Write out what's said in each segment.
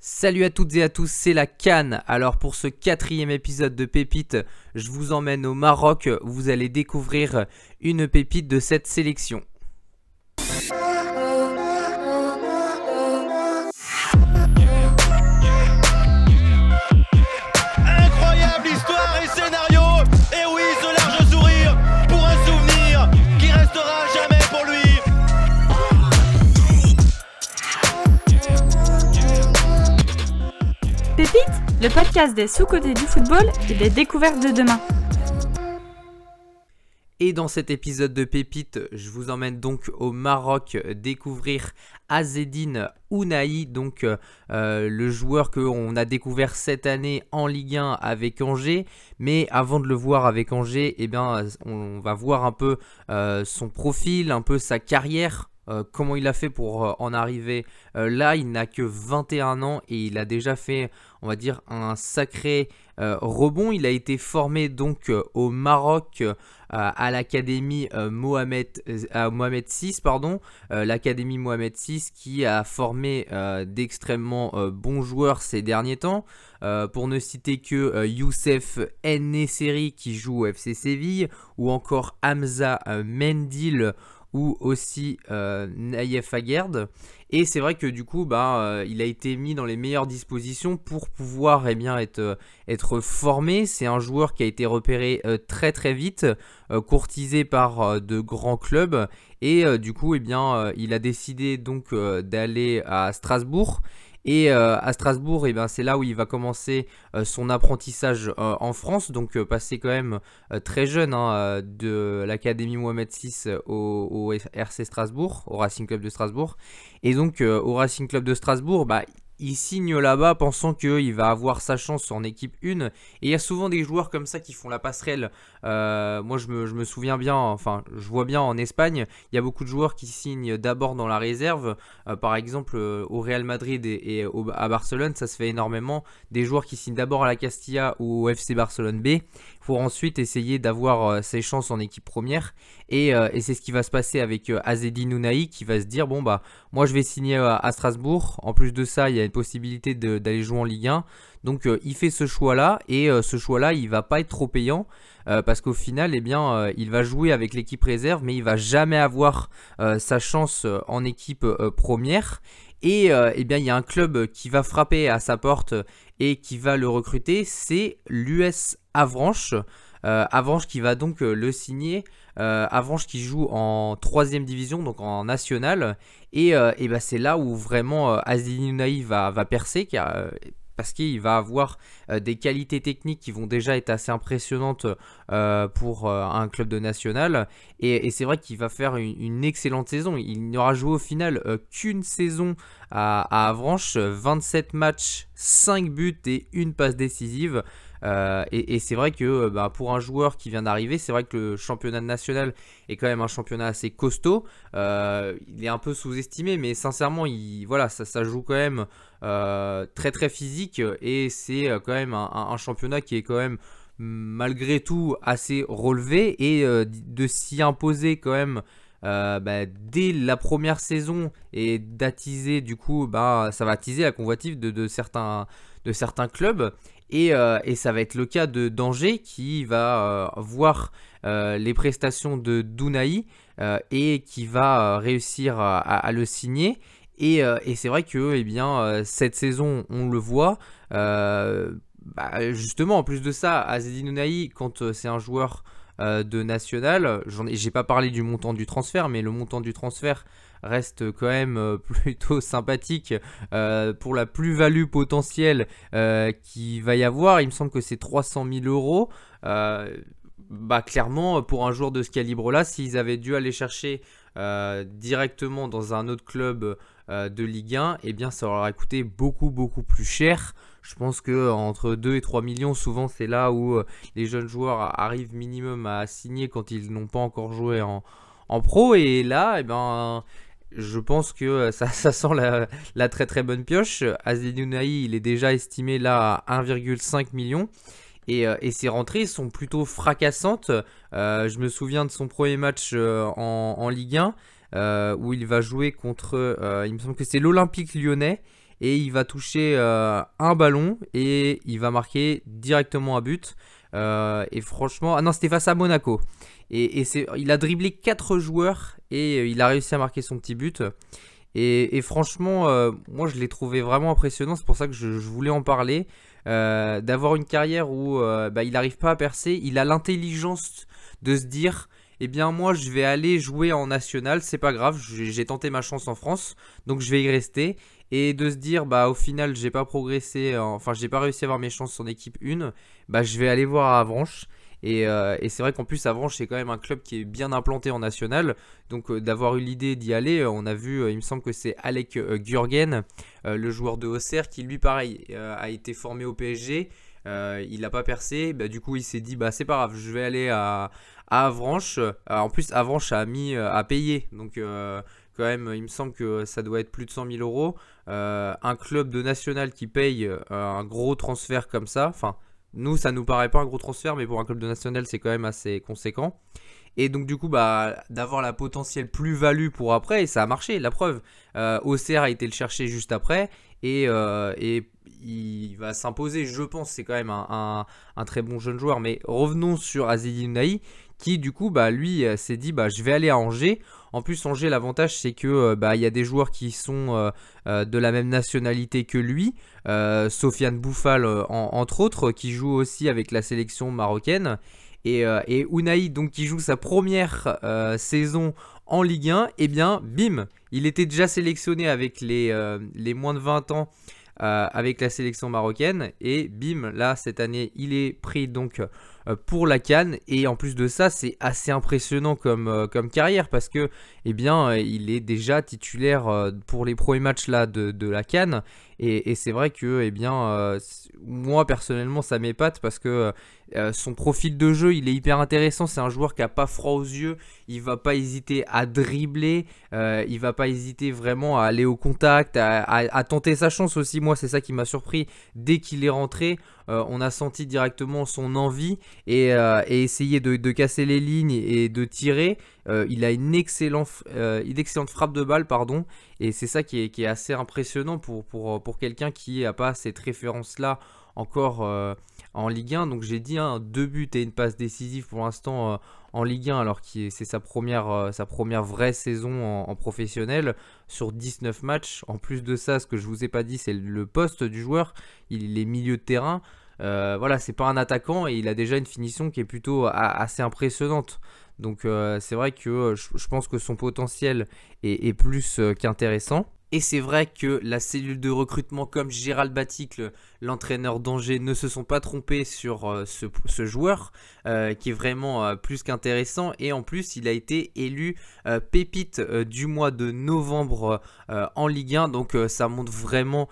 Salut à toutes et à tous, c'est la CAN. Alors pour ce 4e épisode de Pépite, je vous emmène au Maroc. Vous allez découvrir une pépite de cette sélection. Incroyable histoire et scénario. Et oui, ce large sourire pour un souvenir qui restera à jamais pour lui. Pépite, le podcast des sous-côtés du football et des découvertes de demain. Et dans cet épisode de Pépite, je vous emmène donc au Maroc découvrir Azzedine Ounahi, donc le joueur qu'on a découvert cette année en Ligue 1 avec Angers. Mais avant de le voir avec Angers, on va voir un peu son profil, un peu sa carrière. Comment il a fait pour en arriver là. Il n'a que 21 ans et il a déjà fait, on va dire, un sacré rebond. Il a été formé donc au Maroc à l'académie Mohamed VI, l'académie Mohamed VI qui a formé d'extrêmement bons joueurs ces derniers temps. Pour ne citer que Youssef En-Nesyri qui joue au FC Séville, ou encore Hamza Mendil, ou aussi Naïef Aguerd. Et c'est vrai que du coup il a été mis dans les meilleures dispositions pour pouvoir être formé. C'est un joueur qui a été repéré très très vite, courtisé par de grands clubs, et du coup il a décidé donc d'aller à Strasbourg. Et à Strasbourg, c'est là où il va commencer son apprentissage en France, donc passé quand même très jeune de l'académie Mohamed VI au RC Strasbourg, au Racing Club de Strasbourg. Et donc au Racing Club de Strasbourg, il signe là-bas pensant qu'il va avoir sa chance en équipe 1. Et il y a souvent des joueurs comme ça qui font la passerelle. Moi je me souviens bien, enfin je vois bien en Espagne, il y a beaucoup de joueurs qui signent d'abord dans la réserve. Par exemple au Real Madrid et à Barcelone, ça se fait énormément. Des joueurs qui signent d'abord à la Castilla ou au FC Barcelone B pour ensuite essayer d'avoir ses chances en équipe première. Et c'est ce qui va se passer avec Azzedine Ounahi, qui va se dire moi je vais signer à Strasbourg. En plus de ça, il y a une possibilité d'aller jouer en Ligue 1. Donc il fait ce choix-là, et ce choix-là, il va pas être trop payant. Parce qu'au final, il va jouer avec l'équipe réserve, mais il va jamais avoir sa chance en équipe première. Et il y a un club qui va frapper à sa porte et qui va le recruter, c'est l'US Avranches. Avranches qui va donc le signer. Avranches qui joue en 3ème division, donc en national. Et c'est là où vraiment Azzedine Ounahi va percer, parce qu'il va avoir des qualités techniques qui vont déjà être assez impressionnantes pour un club de national. Et c'est vrai qu'il va faire une excellente saison. Il n'aura joué au final qu'une saison à Avranches, 27 matchs, 5 buts et une passe décisive. Et c'est vrai que pour un joueur qui vient d'arriver, c'est vrai que le championnat national est quand même un championnat assez costaud. Il est un peu sous-estimé, mais sincèrement, ça joue quand même très très physique, et c'est quand même un championnat qui est quand même malgré tout assez relevé, et de s'y imposer quand même dès la première saison et d'attiser du coup ça va attiser la convoitise de certains clubs. Et ça va être le cas d'Angers, qui va voir les prestations de Ounahi et qui va réussir à le signer. Et c'est vrai que cette saison, on le voit. Justement, en plus de ça, Azzedine Ounahi, quand c'est un joueur de national, j'ai pas parlé du montant du transfert, mais le montant du transfert reste quand même plutôt sympathique pour la plus-value potentielle qu'il va y avoir. Il me semble que c'est 300 000 euros. Clairement, pour un joueur de ce calibre-là, s'ils avaient dû aller chercher directement dans un autre club de Ligue 1, ça leur aurait coûté beaucoup beaucoup plus cher. Je pense que entre 2 et 3 millions, souvent c'est là où les jeunes joueurs arrivent minimum à signer quand ils n'ont pas encore joué en pro. Et là, je pense que ça sent la très très bonne pioche. Azzedine Ounahi, il est déjà estimé là à 1,5 million. Et ses rentrées sont plutôt fracassantes. Je me souviens de son premier match en Ligue 1, où il va jouer contre, il me semble que c'est l'Olympique Lyonnais. et il va toucher un ballon et il va marquer directement un but. Et franchement, ah non, c'était face à Monaco. Et il a dribblé 4 joueurs et il a réussi à marquer son petit but. Et franchement, moi je l'ai trouvé vraiment impressionnant. C'est pour ça que je voulais en parler. D'avoir une carrière où il n'arrive pas à percer. Il a l'intelligence de se dire, eh bien moi je vais aller jouer en national, c'est pas grave, j'ai tenté ma chance en France, donc je vais y rester. Et de se dire, au final j'ai pas progressé, j'ai pas réussi à avoir mes chances en équipe 1, je vais aller voir à Avranches. Et c'est vrai qu'en plus Avranches c'est quand même un club qui est bien implanté en national. Donc d'avoir eu l'idée d'y aller, on a vu, il me semble que c'est Alec Gürgen, le joueur de Auxerre, qui lui pareil a été formé au PSG. Il n'a pas percé, du coup il s'est dit c'est pas grave, je vais aller à Avranches. En plus Avranches a payé, donc quand même il me semble que ça doit être plus de 100 000 euros. Un club de national qui paye un gros transfert comme ça, nous ça nous paraît pas un gros transfert, mais pour un club de national c'est quand même assez conséquent. Et donc du coup d'avoir la potentielle plus-value pour après, et ça a marché, la preuve. Auxerre a été le chercher juste après, et il va s'imposer, je pense. C'est quand même un très bon jeune joueur. Mais revenons sur Azzedine Ounahi, qui du coup lui s'est dit je vais aller à Angers. En plus Angers, l'avantage c'est que il y a des joueurs qui sont de la même nationalité que lui, Sofiane Bouffal entre autres, qui joue aussi avec la sélection marocaine. Et Ounahi, donc qui joue sa première saison en Ligue 1, bim, il était déjà sélectionné avec les moins de 20 ans avec la sélection marocaine, et bim, là cette année il est pris donc pour la CAN. Et en plus de ça, c'est assez impressionnant comme carrière, parce que il est déjà titulaire pour les premiers matchs là de la CAN. Et c'est vrai que moi personnellement ça m'épate, parce que son profil de jeu il est hyper intéressant. C'est un joueur qui a pas froid aux yeux, il va pas hésiter à dribbler, il va pas hésiter vraiment à aller au contact, à tenter sa chance aussi. Moi c'est ça qui m'a surpris, dès qu'il est rentré on a senti directement son envie et essayer de casser les lignes et de tirer. Il a une excellente frappe de balle, et c'est ça qui est assez impressionnant pour quelqu'un qui n'a pas cette référence-là encore en Ligue 1. Donc j'ai dit 2 buts et une passe décisive pour l'instant en Ligue 1, alors que c'est sa première vraie saison en professionnel sur 19 matchs. En plus de ça, ce que je vous ai pas dit, c'est le poste du joueur. Il est milieu de terrain. C'est pas un attaquant, et il a déjà une finition qui est plutôt assez impressionnante. Donc c'est vrai que je pense que son potentiel est plus qu'intéressant. Et c'est vrai que la cellule de recrutement comme Gérald Baticle, l'entraîneur d'Angers, ne se sont pas trompés sur ce joueur qui est vraiment plus qu'intéressant. Et en plus, il a été élu pépite du mois de novembre en Ligue 1. Donc ça montre vraiment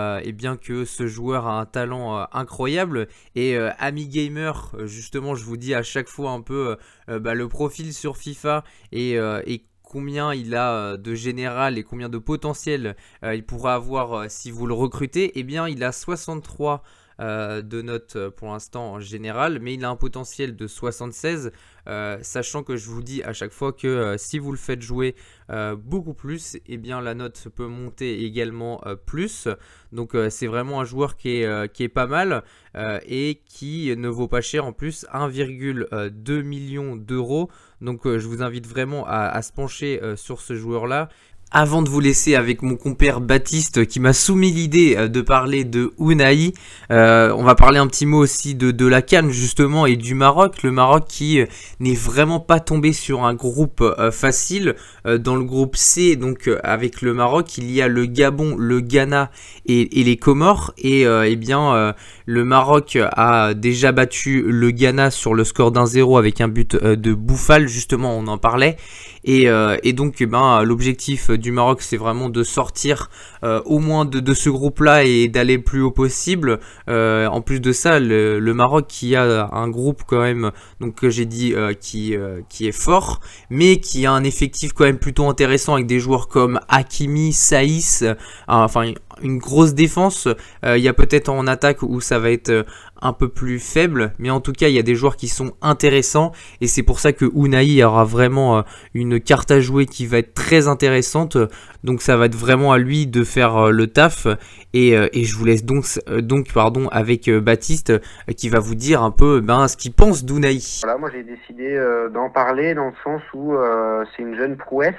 que ce joueur a un talent incroyable. Et Ami Gamer, justement, je vous dis à chaque fois un peu le profil sur FIFA et combien il a de général et combien de potentiel il pourra avoir si vous le recrutez. Il a 63 de notes pour l'instant en général, mais il a un potentiel de 76, sachant que je vous dis à chaque fois que si vous le faites jouer beaucoup plus, la note peut monter également plus. Donc c'est vraiment un joueur qui est pas mal et qui ne vaut pas cher en plus, 1,2 million d'euros. Donc je vous invite vraiment à se pencher sur ce joueur-là. Avant de vous laisser avec mon compère Baptiste qui m'a soumis l'idée de parler de Ounahi, on va parler un petit mot aussi de la CAN justement et du Maroc. Le Maroc qui n'est vraiment pas tombé sur un groupe facile. Dans le groupe C, donc avec le Maroc, il y a le Gabon, le Ghana et les Comores. Et le Maroc a déjà battu le Ghana sur le score d'1-0 avec un but de Bouffal, justement on en parlait. Et donc l'objectif du Maroc, c'est vraiment de sortir au moins de ce groupe-là et d'aller plus haut possible. En plus de ça, le Maroc qui a un groupe quand même, donc que j'ai dit qui est fort, mais qui a un effectif quand même plutôt intéressant avec des joueurs comme Hakimi, Saïs, une grosse défense. Il y a peut-être en attaque où ça va être un peu plus faible, mais en tout cas il y a des joueurs qui sont intéressants et c'est pour ça que Unai aura vraiment une carte à jouer qui va être très intéressante. Donc ça va être vraiment à lui de faire le taf et je vous laisse donc avec Baptiste qui va vous dire un peu ce qu'il pense d'Unai. Voilà, moi j'ai décidé d'en parler dans le sens où c'est une jeune prouesse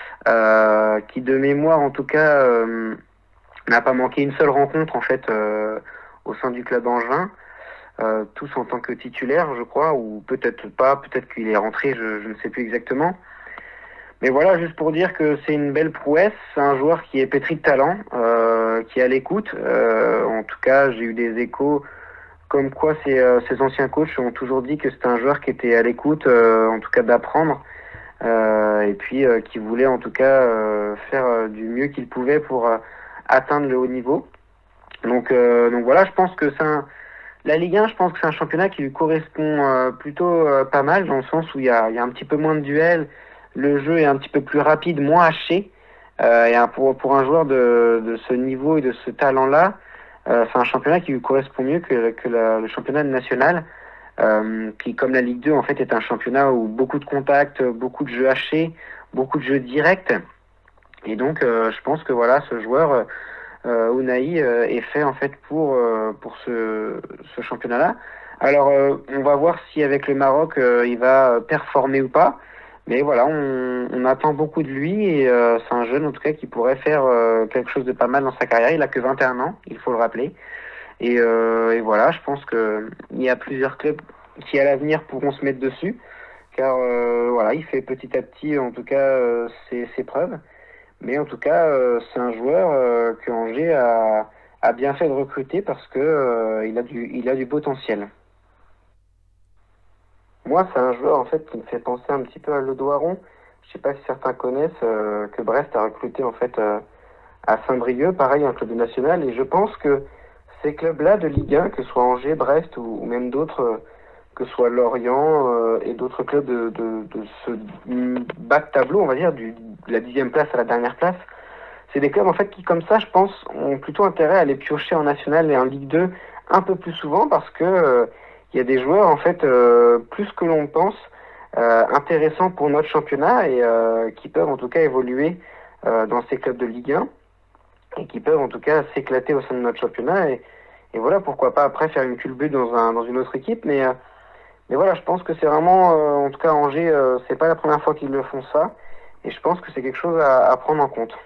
qui de mémoire en tout cas n'a pas manqué une seule rencontre en fait au sein du club angevin, tous en tant que titulaire je crois, ou peut-être pas, peut-être qu'il est rentré, je ne sais plus exactement. Mais voilà, juste pour dire que c'est une belle prouesse, c'est un joueur qui est pétri de talent, qui est à l'écoute. En tout cas, j'ai eu des échos comme quoi ses anciens coachs ont toujours dit que c'était un joueur qui était à l'écoute, en tout cas d'apprendre, et puis qui voulait en tout cas faire du mieux qu'il pouvait pour atteindre le haut niveau. Donc voilà, je pense que la Ligue 1, je pense que c'est un championnat qui lui correspond plutôt pas mal, dans le sens où il y a un petit peu moins de duels. Le jeu est un petit peu plus rapide, moins haché. Et pour un joueur de ce niveau et de ce talent-là, c'est un championnat qui lui correspond mieux que le championnat national, qui, comme la Ligue 2, en fait, est un championnat où beaucoup de contacts, beaucoup de jeux hachés, beaucoup de jeux directs. Et donc, je pense que voilà, ce joueur, Unai, est fait en fait pour ce championnat-là. Alors, on va voir si avec le Maroc, il va performer ou pas. Mais voilà, on attend beaucoup de lui et c'est un jeune en tout cas qui pourrait faire quelque chose de pas mal dans sa carrière. Il a que 21 ans, il faut le rappeler. Et voilà, je pense qu'il y a plusieurs clubs qui à l'avenir pourront se mettre dessus. Car voilà, il fait petit à petit en tout cas ses preuves. Mais en tout cas, c'est un joueur que Angers a bien fait de recruter parce que il a du potentiel. Moi, c'est un joueur en fait qui me fait penser un petit peu à Lodo Aron. Je sais pas si certains connaissent que Brest a recruté en fait à Saint-Brieuc, pareil un club national. Et je pense que ces clubs-là de Ligue 1, que ce soit Angers, Brest ou même d'autres, que ce soit Lorient et d'autres clubs de ce bas de tableau, on va dire, de la 10e place à la dernière place, c'est des clubs en fait qui, comme ça, je pense, ont plutôt intérêt à aller piocher en National et en Ligue 2 un peu plus souvent parce que il y a des joueurs, en fait, plus que l'on pense, intéressants pour notre championnat et qui peuvent en tout cas évoluer dans ces clubs de Ligue 1 et qui peuvent en tout cas s'éclater au sein de notre championnat. Et voilà, pourquoi pas après faire une culbute dans une autre équipe. Mais voilà, je pense que c'est vraiment, en tout cas Angers, c'est pas la première fois qu'ils le font ça. Et je pense que c'est quelque chose à prendre en compte.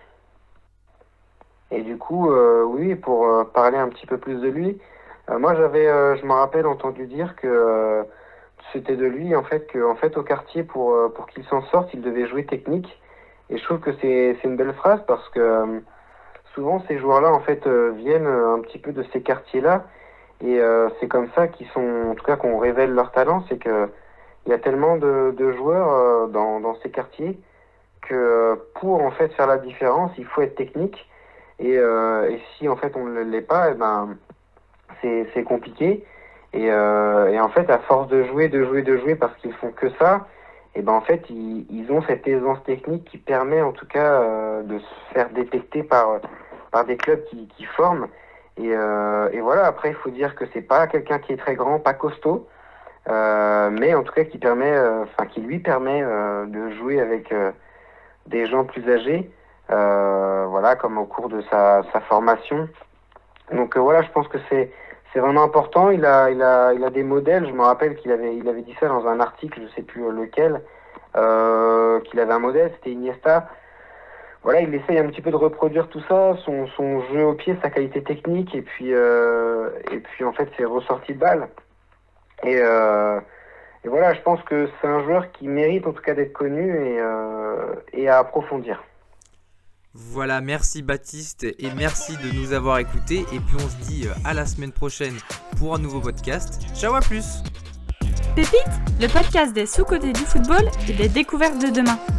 Et du coup, oui, pour parler un petit peu plus de lui, moi, je me rappelle entendu dire que c'était de lui, en fait, au quartier, pour qu'il s'en sorte, il devait jouer technique. Et je trouve que c'est une belle phrase parce que souvent, ces joueurs-là, en fait, viennent un petit peu de ces quartiers-là. Et c'est comme ça en tout cas, qu'on révèle leur talent. C'est que il y a tellement de joueurs dans ces quartiers que pour, en fait, faire la différence, il faut être technique. Et si, en fait, on ne l'est pas, c'est compliqué et en fait à force de jouer parce qu'ils font que ça, et en fait ils ont cette aisance technique qui permet en tout cas de se faire détecter par des clubs qui forment et voilà. Après il faut dire que c'est pas quelqu'un qui est très grand, pas costaud, mais en tout cas qui lui permet de jouer avec des gens plus âgés, voilà, comme au cours de sa formation. Donc voilà, je pense que c'est vraiment important. Il a des modèles. Je me rappelle qu'il avait dit ça dans un article, je sais plus lequel, qu'il avait un modèle, c'était Iniesta. Voilà, il essaye un petit peu de reproduire tout ça, son jeu au pied, sa qualité technique, et puis en fait ses ressorties de balles. Et voilà, je pense que c'est un joueur qui mérite en tout cas d'être connu et à approfondir. Voilà, merci Baptiste et merci de nous avoir écoutés. Et puis on se dit à la semaine prochaine pour un nouveau podcast. Ciao, à plus. Pépite, le podcast des sous-côtés du football et des découvertes de demain.